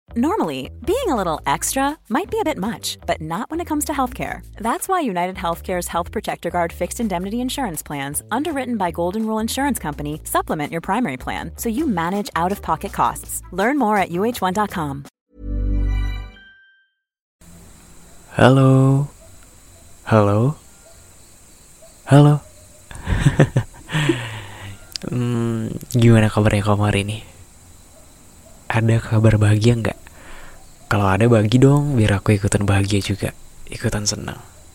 Normally, being a little extra might be a bit much, but not when it comes to healthcare. That's why United Healthcare's Health Protector Guard fixed indemnity insurance plans, underwritten by Golden Rule Insurance Company, supplement your primary plan so you manage out-of-pocket costs. Learn more at uh1.com. Halo. Halo. Halo. Gimana kabarnya kamu hari ini? Ada kabar bahagia nggak? Kalau ada bagi dong, biar aku ikutan bahagia juga, ikutan senang.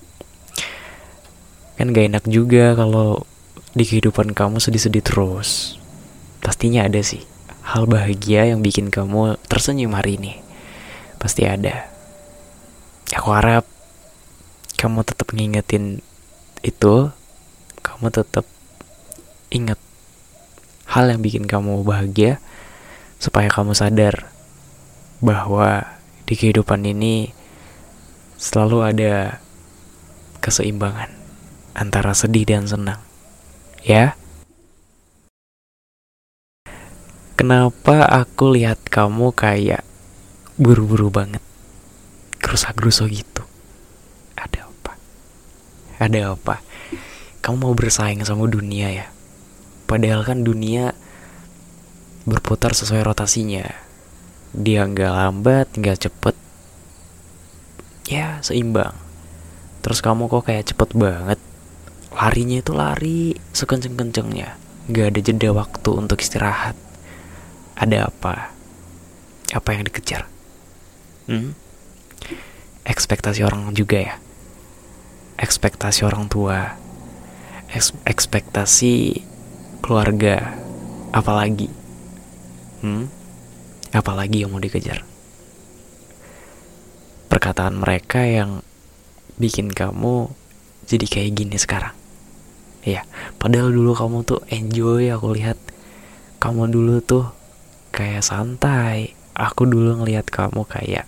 Kan gak enak juga kalau di kehidupan kamu sedih-sedih terus. Pastinya ada sih hal bahagia yang bikin kamu tersenyum hari ini. Pasti ada. Aku harap kamu tetap ngingetin itu. Kamu tetap ingat hal yang bikin kamu bahagia, supaya kamu sadar bahwa di kehidupan ini selalu ada keseimbangan antara sedih dan senang. Ya? Kenapa aku lihat kamu kayak buru-buru banget, gerusa-gerusu gitu? Ada apa? Ada apa? Kamu mau bersaing sama dunia ya? Padahal kan dunia berputar sesuai rotasinya. Dia gak lambat, gak cepet. Ya, seimbang. Terus kamu kok kayak cepet banget. Larinya itu lari sekenceng-kencengnya. Gak ada jeda waktu untuk istirahat. Ada apa? Apa yang dikejar? Ekspektasi orang juga ya? Ekspektasi orang tua, ekspektasi keluarga. Apalagi? Apalagi yang mau dikejar? Perkataan mereka yang bikin kamu jadi kayak gini sekarang. Ya, padahal dulu kamu tuh enjoy. Aku lihat kamu dulu tuh kayak santai. Aku dulu ngelihat kamu kayak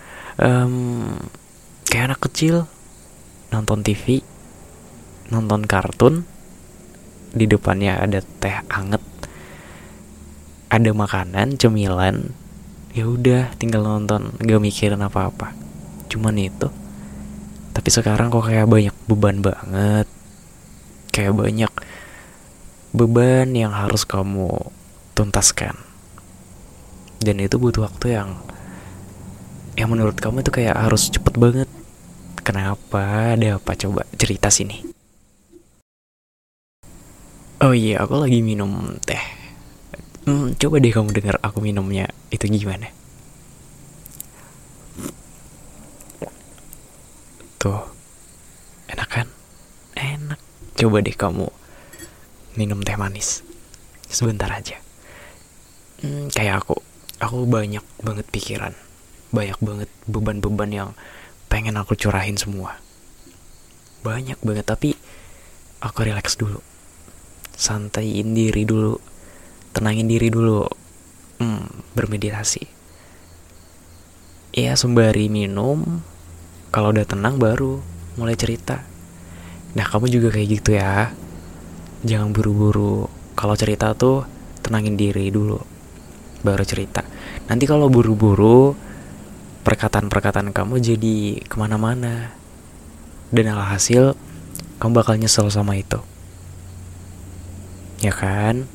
kayak anak kecil nonton TV, nonton kartun, di depannya ada teh anget, ada makanan, cemilan, ya udah tinggal nonton, gak mikirin apa-apa, cuman itu. Tapi sekarang kok kayak banyak beban banget, kayak banyak beban yang harus kamu tuntaskan, dan itu butuh waktu yang menurut kamu itu kayak harus cepet banget. Kenapa? Ada apa? Coba cerita sini. Oh iya, aku lagi minum teh. Coba deh kamu dengar aku minumnya itu gimana. Tuh, enak kan? Enak. Coba deh kamu minum teh manis sebentar aja. Kayak aku banyak banget pikiran, banyak banget beban-beban yang pengen aku curahin semua. Banyak banget, tapi aku relax dulu, santaiin diri dulu, tenangin diri dulu, bermeditasi. Ya, sembari minum, kalau udah tenang baru mulai cerita. Nah, kamu juga kayak gitu ya. Jangan buru-buru. Kalau cerita tuh tenangin diri dulu, baru cerita. Nanti kalau buru-buru, perkataan-perkataan kamu jadi kemana-mana, dan alhasil kamu bakal nyesel sama itu. Ya kan?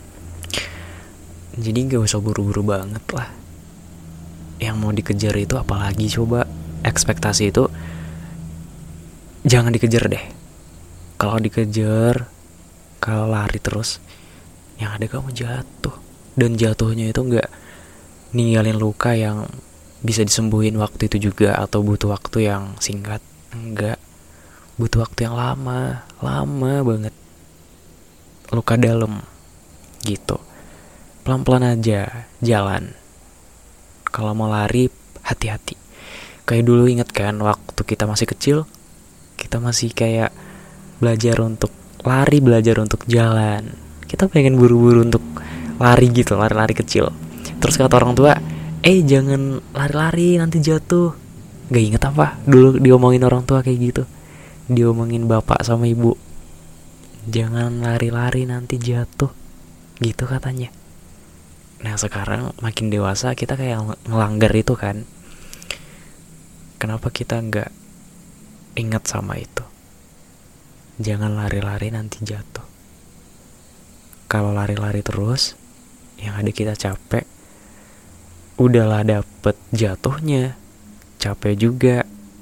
Jadi gak usah buru-buru banget lah. Yang mau dikejar itu apalagi coba. Ekspektasi itu jangan dikejar deh. Kalau dikejar, kalau lari terus, yang ada kamu jatuh. Dan jatuhnya itu gak ninggalin luka yang bisa disembuhin waktu itu juga, atau butuh waktu yang singkat. Enggak, butuh waktu yang lama banget. Luka dalam gitu. Pelan-pelan aja jalan. Kalau mau lari, hati-hati. Kayak dulu, inget kan waktu kita masih kecil, kita masih kayak belajar untuk lari, belajar untuk jalan. Kita pengen buru-buru untuk lari gitu, lari-lari kecil. Terus kata orang tua, jangan lari-lari nanti jatuh. Gak inget apa dulu diomongin orang tua kayak gitu, diomongin bapak sama ibu, jangan lari-lari nanti jatuh gitu katanya. Nah sekarang makin dewasa kita kayak ngelanggar itu kan. Kenapa kita nggak ingat sama itu? Jangan lari-lari nanti jatuh. Kalau lari-lari terus, yang ada kita capek. Udahlah dapet jatuhnya, capek juga.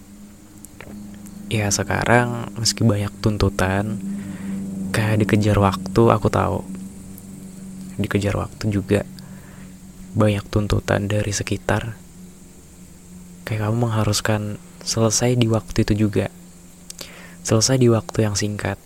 Ya sekarang meski banyak tuntutan, kayak dikejar waktu, aku tahu. Dikejar waktu juga banyak tuntutan dari sekitar. Kayak kamu mengharuskan selesai di waktu itu juga. Selesai di waktu yang singkat.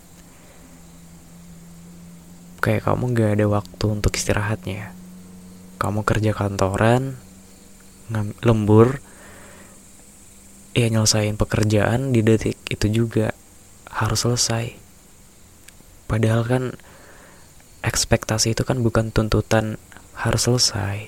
Kayak kamu gak ada waktu untuk istirahatnya. Kamu kerja kantoran, lembur, ya nyelesain pekerjaan di detik itu juga harus selesai. Padahal kan ekspektasi itu kan bukan tuntutan harus selesai.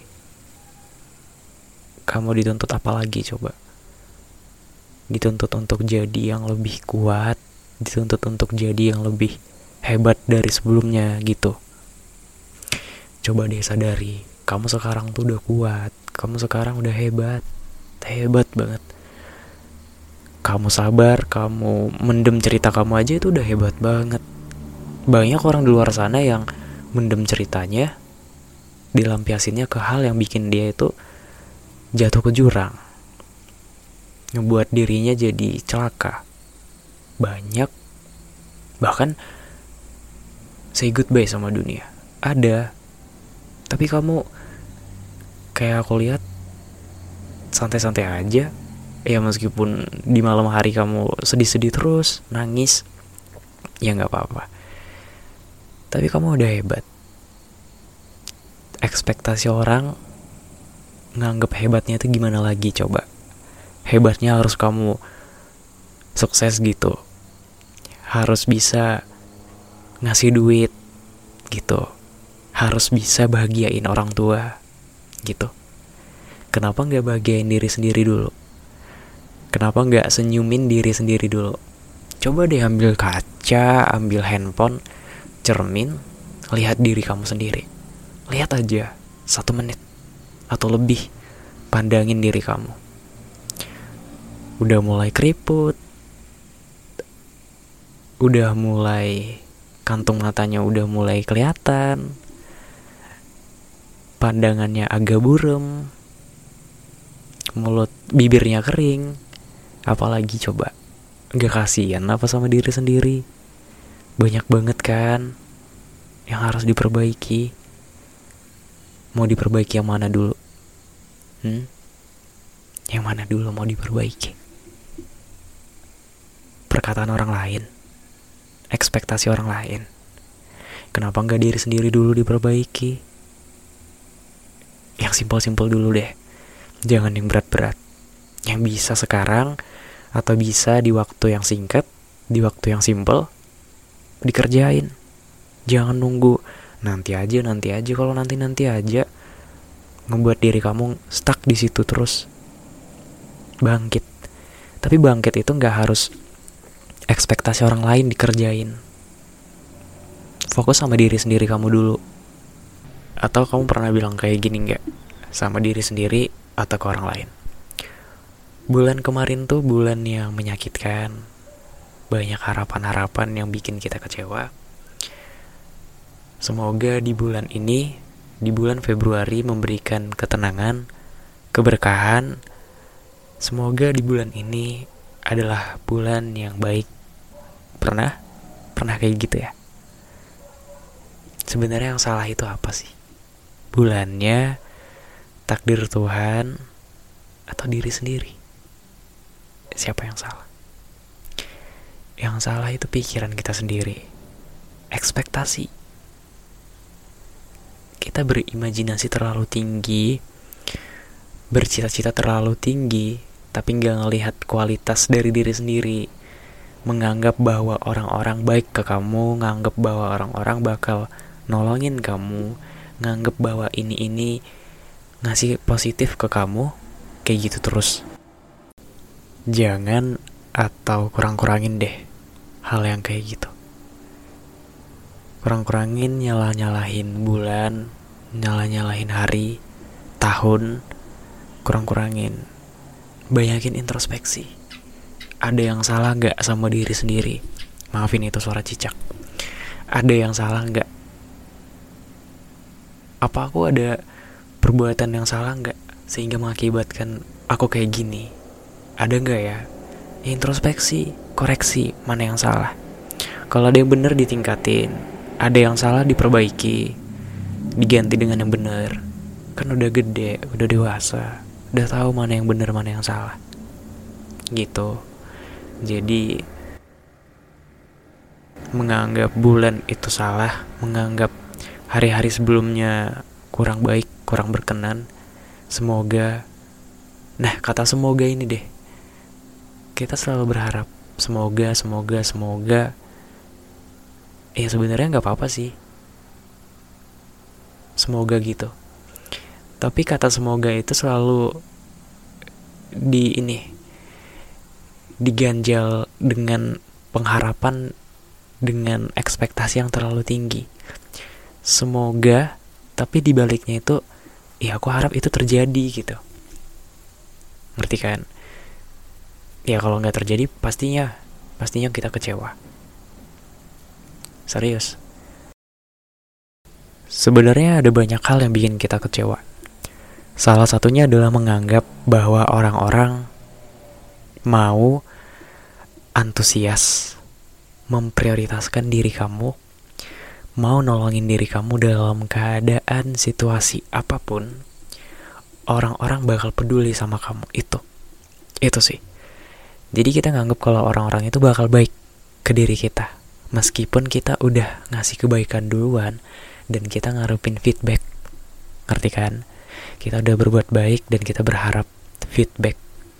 Kamu dituntut apa lagi coba? Dituntut untuk jadi yang lebih kuat, dituntut untuk jadi yang lebih hebat dari sebelumnya gitu. Coba deh sadari, kamu sekarang tuh udah kuat, kamu sekarang udah hebat banget. Kamu sabar, kamu mendem cerita kamu aja itu udah hebat banget. Banyak orang di luar sana yang mendem ceritanya, dilampiasinnya ke hal yang bikin dia itu jatuh ke jurang, ngebuat dirinya jadi celaka. Banyak, bahkan say goodbye sama dunia. Ada. Tapi kamu kayak aku lihat santai-santai aja. Ya meskipun di malam hari kamu sedih-sedih terus, nangis, ya gak apa-apa. Tapi kamu udah hebat. Ekspektasi orang nganggep hebatnya itu gimana lagi coba? Hebatnya harus kamu sukses gitu, harus bisa ngasih duit gitu, harus bisa bahagiain orang tua gitu. Kenapa gak bahagiain diri sendiri dulu? Kenapa gak senyumin diri sendiri dulu? Coba deh ambil kaca, ambil handphone, cermin, lihat diri kamu sendiri. Lihat aja 1 menit atau lebih, pandangin diri kamu. Udah mulai keriput, udah mulai kantung matanya udah mulai kelihatan, pandangannya agak buram, mulut bibirnya kering. Apalagi coba? Gak kasihan apa sama diri sendiri? Banyak banget kan yang harus diperbaiki. Mau diperbaiki yang mana dulu? Yang mana dulu mau diperbaiki? Perkataan orang lain, ekspektasi orang lain. Kenapa gak diri sendiri dulu diperbaiki? Yang simpel-simpel dulu deh. Jangan yang berat-berat. Yang bisa sekarang, atau bisa di waktu yang singkat, di waktu yang simpel, dikerjain. Jangan nunggu nanti aja. Kalau nanti aja, ngebuat diri kamu stuck di situ terus. Bangkit. Tapi bangkit itu gak harus ekspektasi orang lain dikerjain. Fokus sama diri sendiri kamu dulu. Atau kamu pernah bilang kayak gini gak? Sama diri sendiri atau ke orang lain? Bulan kemarin tuh bulan yang menyakitkan. Banyak harapan-harapan yang bikin kita kecewa. Semoga di bulan ini, di bulan Februari, memberikan ketenangan, keberkahan. Semoga di bulan ini adalah bulan yang baik. Pernah kayak gitu ya? Sebenarnya yang salah itu apa sih? Bulannya, takdir Tuhan, atau diri sendiri? Siapa yang salah? Yang salah itu pikiran kita sendiri, ekspektasi. Kita berimajinasi terlalu tinggi, bercita-cita terlalu tinggi, tapi gak ngelihat kualitas dari diri sendiri. Menganggap bahwa orang-orang baik ke kamu, nganggap bahwa orang-orang bakal nolongin kamu, nganggap bahwa ini ngasih positif ke kamu, kayak gitu terus. Jangan atau kurang-kurangin deh hal yang kayak gitu. Kurang-kurangin nyalahin bulan, Nyalah-nyalahin hari, tahun, kurang-kurangin. Banyakin introspeksi. Ada yang salah gak sama diri sendiri? Maafin itu suara cicak. Ada yang salah gak? Apa aku ada perbuatan yang salah gak sehingga mengakibatkan aku kayak gini? Ada gak ya? Introspeksi, koreksi mana yang salah. Kalau ada yang benar ditingkatin, ada yang salah diperbaiki, diganti dengan yang benar. Kan udah gede, udah dewasa, udah tahu mana yang benar mana yang salah. Gitu. Jadi menganggap bulan itu salah, menganggap hari-hari sebelumnya kurang baik, kurang berkenan. Semoga, nah kata semoga ini deh, kita selalu berharap semoga ya sebenarnya nggak apa-apa sih, semoga gitu. Tapi kata semoga itu selalu diganjal dengan pengharapan, dengan ekspektasi yang terlalu tinggi. Semoga, tapi dibaliknya itu, ya aku harap itu terjadi gitu. Ngerti kan? Ya kalau nggak terjadi, pastinya kita kecewa. Serius. Sebenarnya ada banyak hal yang bikin kita kecewa. Salah satunya adalah menganggap bahwa orang-orang mau antusias memprioritaskan diri kamu, mau nolongin diri kamu dalam keadaan situasi apapun. Orang-orang bakal peduli sama kamu. Itu sih. Jadi kita nganggap kalau orang-orang itu bakal baik ke diri kita, meskipun kita udah ngasih kebaikan duluan dan kita ngarepin feedback. Ngerti kan? Kita udah berbuat baik dan kita berharap feedback.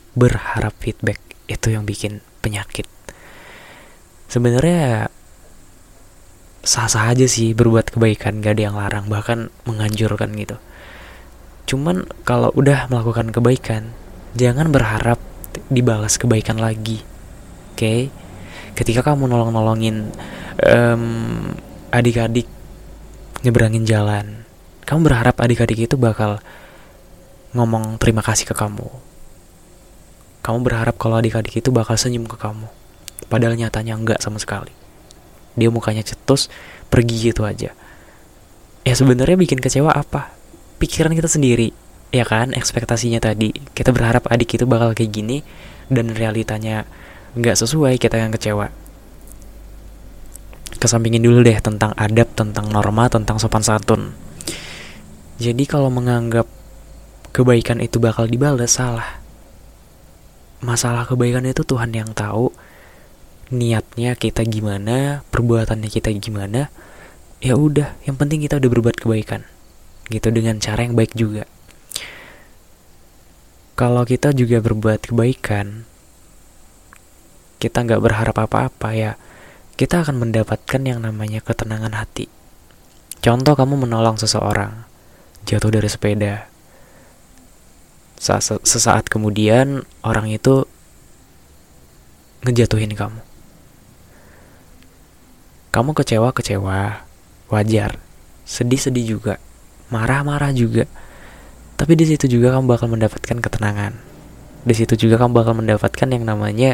Itu yang bikin penyakit. Sebenarnya sah-sah aja sih berbuat kebaikan, gak ada yang larang, bahkan menganjurkan gitu. Cuman kalau udah melakukan kebaikan, jangan berharap dibalas kebaikan lagi. Oke? Ketika kamu nolongin adik-adik nyeberangin jalan, kamu berharap adik-adik itu bakal ngomong terima kasih ke kamu. Kamu berharap kalau adik-adik itu bakal senyum ke kamu, padahal nyatanya enggak sama sekali. Dia mukanya cetus, pergi gitu aja. Ya sebenarnya bikin kecewa apa? Pikiran kita sendiri, ya kan? Ekspektasinya tadi, kita berharap adik itu bakal kayak gini, dan realitanya nggak sesuai, kita yang kecewa. Kesampingin dulu deh tentang adab, tentang norma, tentang sopan santun. Jadi kalau menganggap kebaikan itu bakal dibalas, salah. Masalah kebaikan itu Tuhan yang tahu niatnya kita gimana, perbuatannya kita gimana. Ya udah, yang penting kita udah berbuat kebaikan gitu, dengan cara yang baik juga. Kalau kita juga berbuat kebaikan, kita gak berharap apa-apa, ya kita akan mendapatkan yang namanya ketenangan hati. Contoh, kamu menolong seseorang jatuh dari sepeda. Sesaat kemudian orang itu ngejatuhin kamu. Kamu kecewa, wajar. Sedih juga, marah juga. Tapi di situ juga kamu bakal mendapatkan ketenangan. Di situ juga kamu bakal mendapatkan yang namanya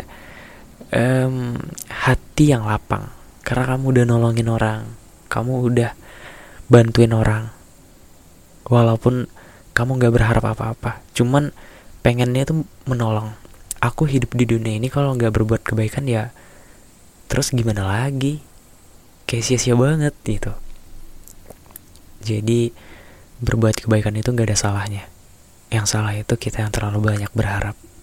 hati yang lapang. Karena kamu udah nolongin orang, kamu udah bantuin orang. Walaupun kamu gak berharap apa-apa, cuman pengennya tuh menolong. Aku hidup di dunia ini kalau gak berbuat kebaikan, ya terus gimana lagi? Kayak sia-sia banget gitu. Jadi berbuat kebaikan itu gak ada salahnya. Yang salah itu kita yang terlalu banyak berharap.